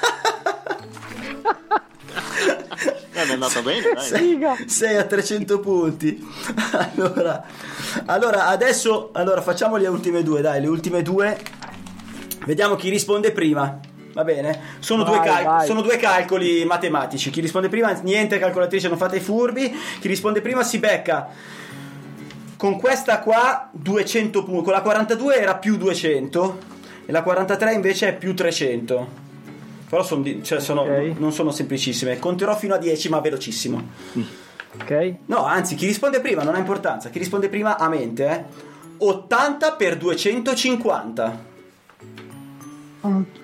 Eh, mi è andata bene, dai. Figa. Sei a trecento punti. Allora, allora adesso allora facciamo le ultime due, dai, le ultime due. Vediamo chi risponde prima. Va bene? Sono, Vai, due, cal- vai. sono due calcoli matematici. Chi risponde prima, niente calcolatrice, non fate i furbi. Chi risponde prima si becca con questa qua duecento punti. Con la quarantadue era più duecento e la quarantatré invece è più trecento. Però son di- cioè sono, Ok. non sono semplicissime. Conterò fino a dieci, ma velocissimo. Ok? No, anzi, chi risponde prima non ha importanza. Chi risponde prima a mente, eh. ottanta per duecentocinquanta. Otto.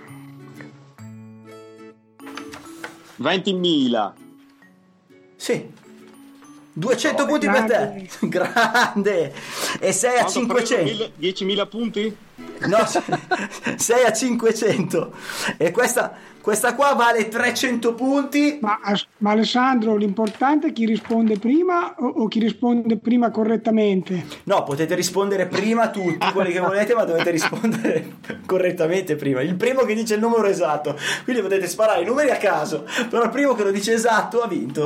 ventimila. Sì. duecento Oh, punti per grande. te. Grande. E sei a Quanto ho preso? cinquecento. Mille- diecimila punti? No, sei a cinquecento. E questa, questa qua vale trecento punti. Ma, as- ma Alessandro, l'importante è chi risponde prima o, o chi risponde prima correttamente? No, potete rispondere prima tutti quelli che volete, ma dovete rispondere correttamente prima. Il primo che dice il numero esatto. Quindi potete sparare i numeri a caso, però il primo che lo dice esatto ha vinto.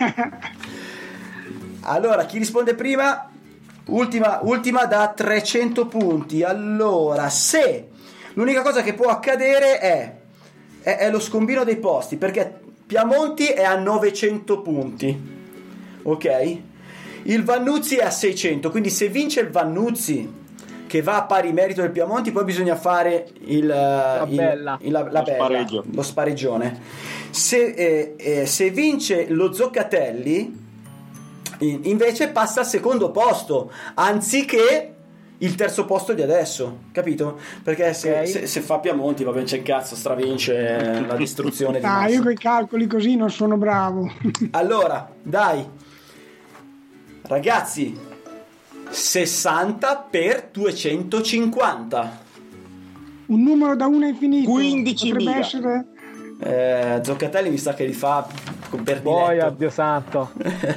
Allora, chi risponde prima? Ultima, ultima da trecento punti. Allora, se l'unica cosa che può accadere è, è, è lo scombino dei posti, perché Piamonti è a novecento punti, ok? Il Vannuzzi è a seicento, quindi se vince il Vannuzzi, che va a pari merito del Piamonti, poi bisogna fare il, la il, bella. il- la, la Lo bella, spareggio. lo spareggione. Se, eh, eh, se vince lo Zoccatelli, in- invece passa al secondo posto, anziché il terzo posto di adesso, capito? Perché se, Ok. se, se fa Piamonti, va bene, c'è il cazzo, stravince la distruzione di Ah, massa. io con i calcoli così non sono bravo. Allora, dai, ragazzi, sessanta per duecentocinquanta. Un numero da uno a infinito. quindicimila. Potrebbe essere... Eh, Zoccatelli mi sa che li fa per Poi, diletto. addio santo.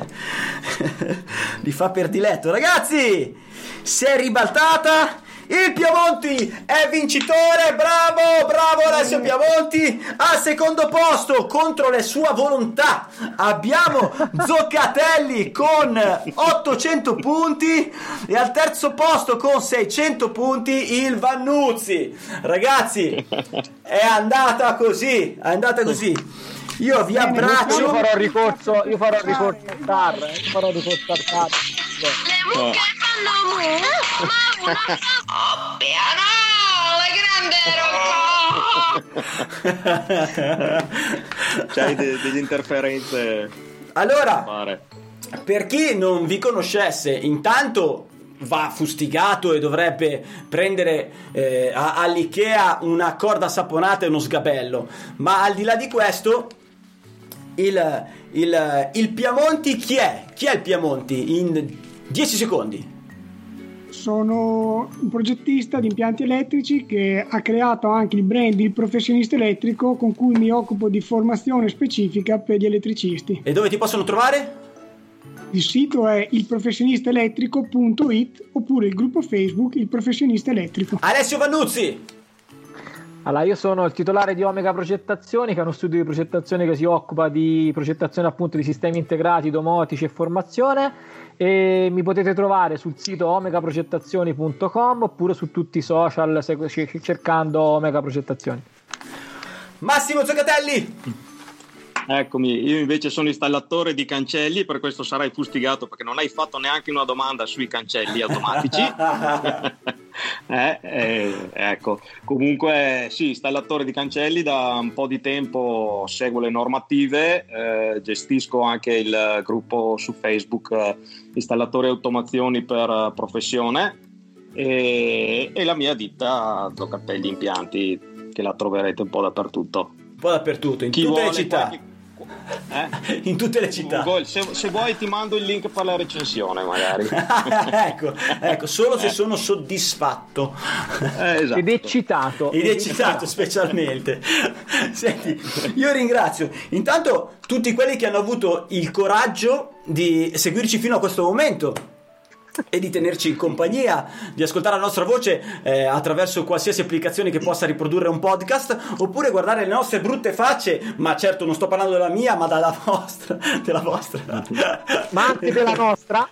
Li fa per diletto. Ragazzi, si è ribaltata. Il Piemonti è vincitore. Bravo, bravo Alessio Piemonti. Al secondo posto, contro le sue volontà, abbiamo Zoccatelli con ottocento punti. E al terzo posto con seicento punti il Vannuzzi. Ragazzi, è andata così. È andata così. Io vi Io abbraccio. farò ricorso, io farò ricorso al T A R, io farò ricorso al T A R. Le mucche fanno mu, ma una fa... Oh, piano, le grande rocco! C'hai de- delle interferenze. Allora, per chi non vi conoscesse, intanto va fustigato e dovrebbe prendere eh, a- all'Ikea una corda saponata e uno sgabello, ma al di là di questo il, il, il Piamonti chi è? Chi è il Piamonti? In dieci secondi. Sono un progettista di impianti elettrici che ha creato anche il brand Il Professionista Elettrico, con cui mi occupo di formazione specifica per gli elettricisti. E dove ti possono trovare? Il sito è il professionista elettrico punto it oppure il gruppo Facebook Il Professionista Elettrico. Alessio Vannuzzi. Allora, io sono il titolare di Omega Progettazioni, che è uno studio di progettazione che si occupa di progettazione appunto di sistemi integrati, domotici e formazione, e mi potete trovare sul sito omega progettazioni punto com oppure su tutti i social cercando Omega Progettazioni. Massimo Zoccatelli. Eccomi, io invece sono installatore di cancelli, per questo sarai fustigato perché non hai fatto neanche una domanda sui cancelli automatici. eh, eh, ecco, comunque sì, installatore di cancelli, da un po' di tempo seguo le normative, eh, gestisco anche il gruppo su Facebook eh, Installatori Automazioni per Professione e, e la mia ditta Zoccatelli Impianti, che la troverete un po' dappertutto. Un po' dappertutto, in Chi tutte vuole, le città. qualche... Eh? In tutte le città. Google, se, se vuoi ti mando il link per la recensione magari. ecco, ecco, solo se sono soddisfatto eh, esatto. ed eccitato ed eccitato specialmente. Senti, io ringrazio intanto tutti quelli che hanno avuto il coraggio di seguirci fino a questo momento e di tenerci in compagnia, di ascoltare la nostra voce eh, attraverso qualsiasi applicazione che possa riprodurre un podcast, oppure guardare le nostre brutte facce, ma certo non sto parlando della mia ma della vostra, della vostra ma anche della nostra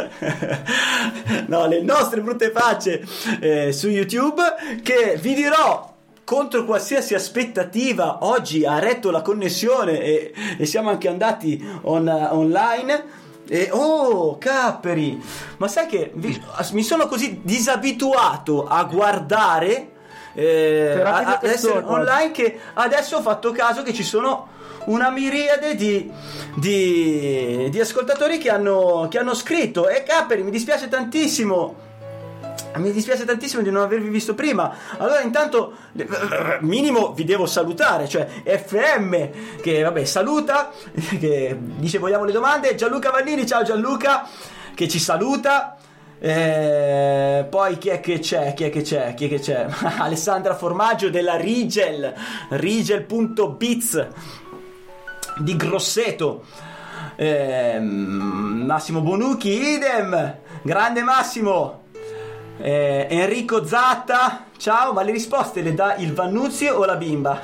no, le nostre brutte facce eh, su YouTube, che vi dirò contro qualsiasi aspettativa oggi ha retto la connessione e, e siamo anche andati on, online. E oh, capperi, ma sai che vi, mi sono così disabituato a guardare eh, a, a essere online che adesso ho fatto caso che ci sono una miriade di, di, di ascoltatori che hanno, che hanno scritto. E capperi, mi dispiace tantissimo mi dispiace tantissimo di non avervi visto prima. Allora intanto minimo vi devo salutare, cioè F M che vabbè saluta, che dice vogliamo le domande, Gianluca Vannini, ciao Gianluca, che ci saluta. Eh, poi chi è che c'è? Chi è che c'è? Chi è che c'è? Alessandra Formaggio della Rigel, rigel punto biz di Grosseto. Eh, Massimo Bonucchi, idem, grande Massimo. Eh, Enrico Zatta, ciao, ma le risposte le dà il Vannuzzi o la bimba?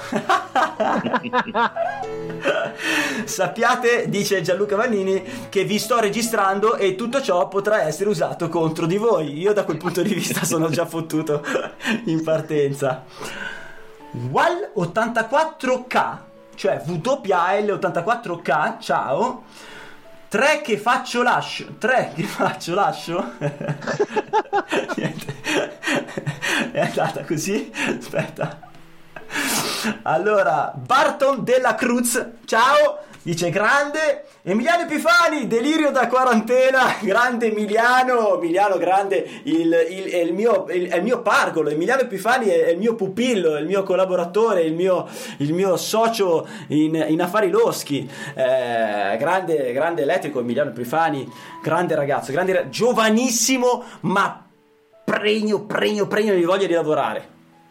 Sappiate, dice Gianluca Vannini, che vi sto registrando e tutto ciò potrà essere usato contro di voi. Io da quel punto di vista sono già fottuto in partenza. W A L ottantaquattro K, cioè W A L ottantaquattro K, ciao. Tre che faccio lascio, tre che faccio lascio. Niente. È andata così. Aspetta. Allora, Barton della Cruz, ciao, dice grande. Emiliano Epifani, delirio da quarantena, grande Emiliano, Emiliano grande, il, il, è, il mio, il, è il mio pargolo, Emiliano Epifani è, è il mio pupillo, è il mio collaboratore, il mio, il mio socio in, in affari loschi, eh, grande, grande elettrico Emiliano Epifani, grande ragazzo, grande, giovanissimo, ma pregno, pregno, pregno di voglia di lavorare.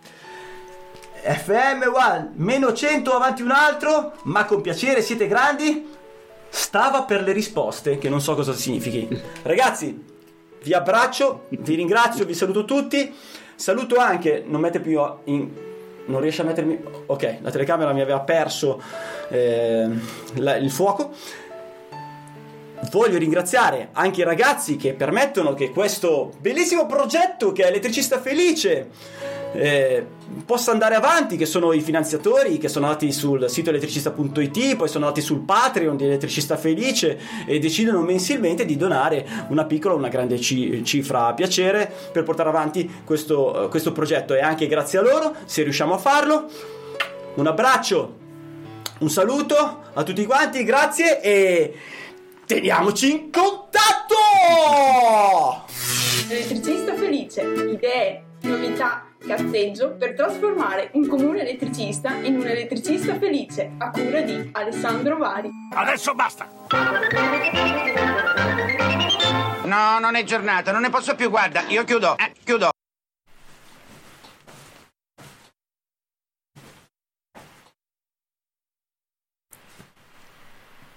F M uguale meno cento avanti un altro, ma con piacere, siete grandi. Stava per le risposte, che non so cosa significhi. Ragazzi, vi abbraccio, vi ringrazio, vi saluto tutti. Saluto anche, non mette più in, non riesce a mettermi, ok, la telecamera mi aveva perso eh, la, il fuoco. Voglio ringraziare anche i ragazzi che permettono che questo bellissimo progetto che è Elettricista Felice eh, possa andare avanti, che sono i finanziatori che sono andati sul sito elettricista punto it, poi sono andati sul Patreon di Elettricista Felice e decidono mensilmente di donare una piccola o una grande ci- cifra a piacere per portare avanti questo, questo progetto, e anche grazie a loro se riusciamo a farlo. Un abbraccio, un saluto a tutti quanti, grazie e teniamoci in contatto! Elettricista Felice, idee, novità, cazzeggio per trasformare un comune elettricista in un elettricista felice, a cura di Alessandro Vari. Adesso basta! No, non è giornata, non ne posso più, guarda, io chiudo. Eh.